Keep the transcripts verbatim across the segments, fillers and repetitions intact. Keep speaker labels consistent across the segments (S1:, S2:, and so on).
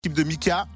S1: l'équipe de Mika.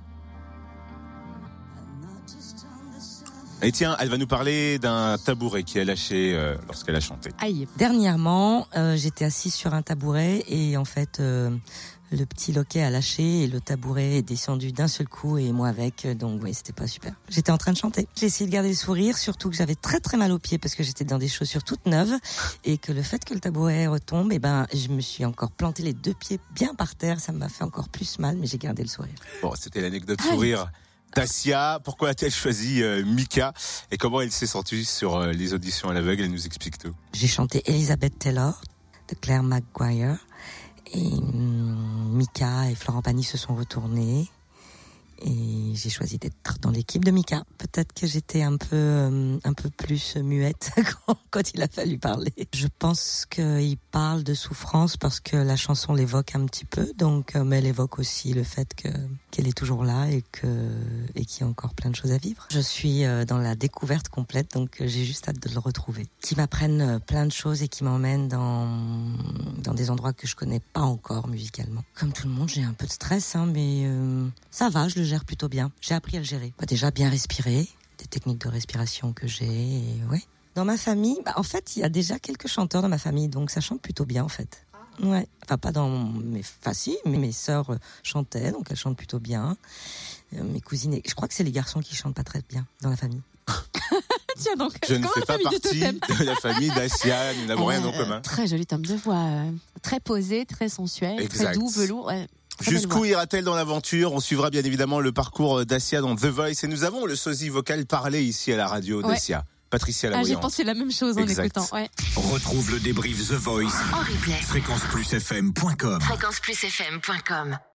S1: Et tiens, elle va nous parler d'un tabouret qui a lâché euh, lorsqu'elle a chanté.
S2: Aïe. Dernièrement, euh, j'étais assise sur un tabouret et en fait, euh, le petit loquet a lâché et le tabouret est descendu d'un seul coup et moi avec. Donc oui, c'était pas super. J'étais en train de chanter. J'ai essayé de garder le sourire, surtout que j'avais très très mal aux pieds parce que j'étais dans des chaussures toutes neuves et que le fait que le tabouret retombe, eh ben, je me suis encore planté les deux pieds bien par terre. Ça m'a fait encore plus mal, mais j'ai gardé le sourire.
S1: Bon, c'était l'anecdote sourire. Dacia, pourquoi a-t-elle choisi euh, Mika et comment elle s'est sentie sur euh, les auditions à l'aveugle? Elle nous explique tout.
S2: J'ai chanté Elizabeth Taylor de Claire McGuire et hum, Mika et Florent Pagny se sont retournés et j'ai choisi d'être dans l'équipe de Mika. Peut-être que j'étais un peu euh, un peu plus muette quand, quand il a fallu parler. Je pense qu'il parle de souffrance parce que la chanson l'évoque un petit peu, donc euh, mais elle évoque aussi le fait que qu'elle est toujours là et que et qu'il y a encore plein de choses à vivre. Je suis euh, dans la découverte complète, donc euh, j'ai juste hâte de le retrouver. Qui m'apprenne euh, plein de choses et qui m'emmène dans dans des endroits que je connais pas encore musicalement. Comme tout le monde, j'ai un peu de stress, hein, mais euh, ça va, je le gère plutôt bien. J'ai appris à le gérer. Bah, déjà bien respirer, des techniques de respiration que j'ai. Et ouais. Dans ma famille, bah, en fait, il y a déjà quelques chanteurs dans ma famille, donc ça chante plutôt bien en fait. Ouais, enfin pas dans mes faciles, mais mes sœurs chantaient, donc elles chantent plutôt bien. Euh, mes cousines, je crois que c'est les garçons qui chantent pas très bien dans la famille.
S3: Tiens donc,
S1: je ne fais pas partie de, de la famille Dacia, nous n'avons euh, rien en commun.
S3: Très joli tome de voix, euh, très posé, très sensuel, exact. Très doux, velours. Ouais.
S1: Jusqu'où ira-t-elle dans l'aventure? On suivra bien évidemment le parcours d'Dacia dans The Voice et nous avons le sosie vocal parlé ici à la radio, ouais. Dacia. Patricia Lamoyante.
S3: Ah, j'ai pensé la même chose en exact. écoutant. Ouais.
S4: Retrouve le débrief The Voice
S5: en replay.
S4: fréquence plus f m point com
S5: fréquence plus f m point com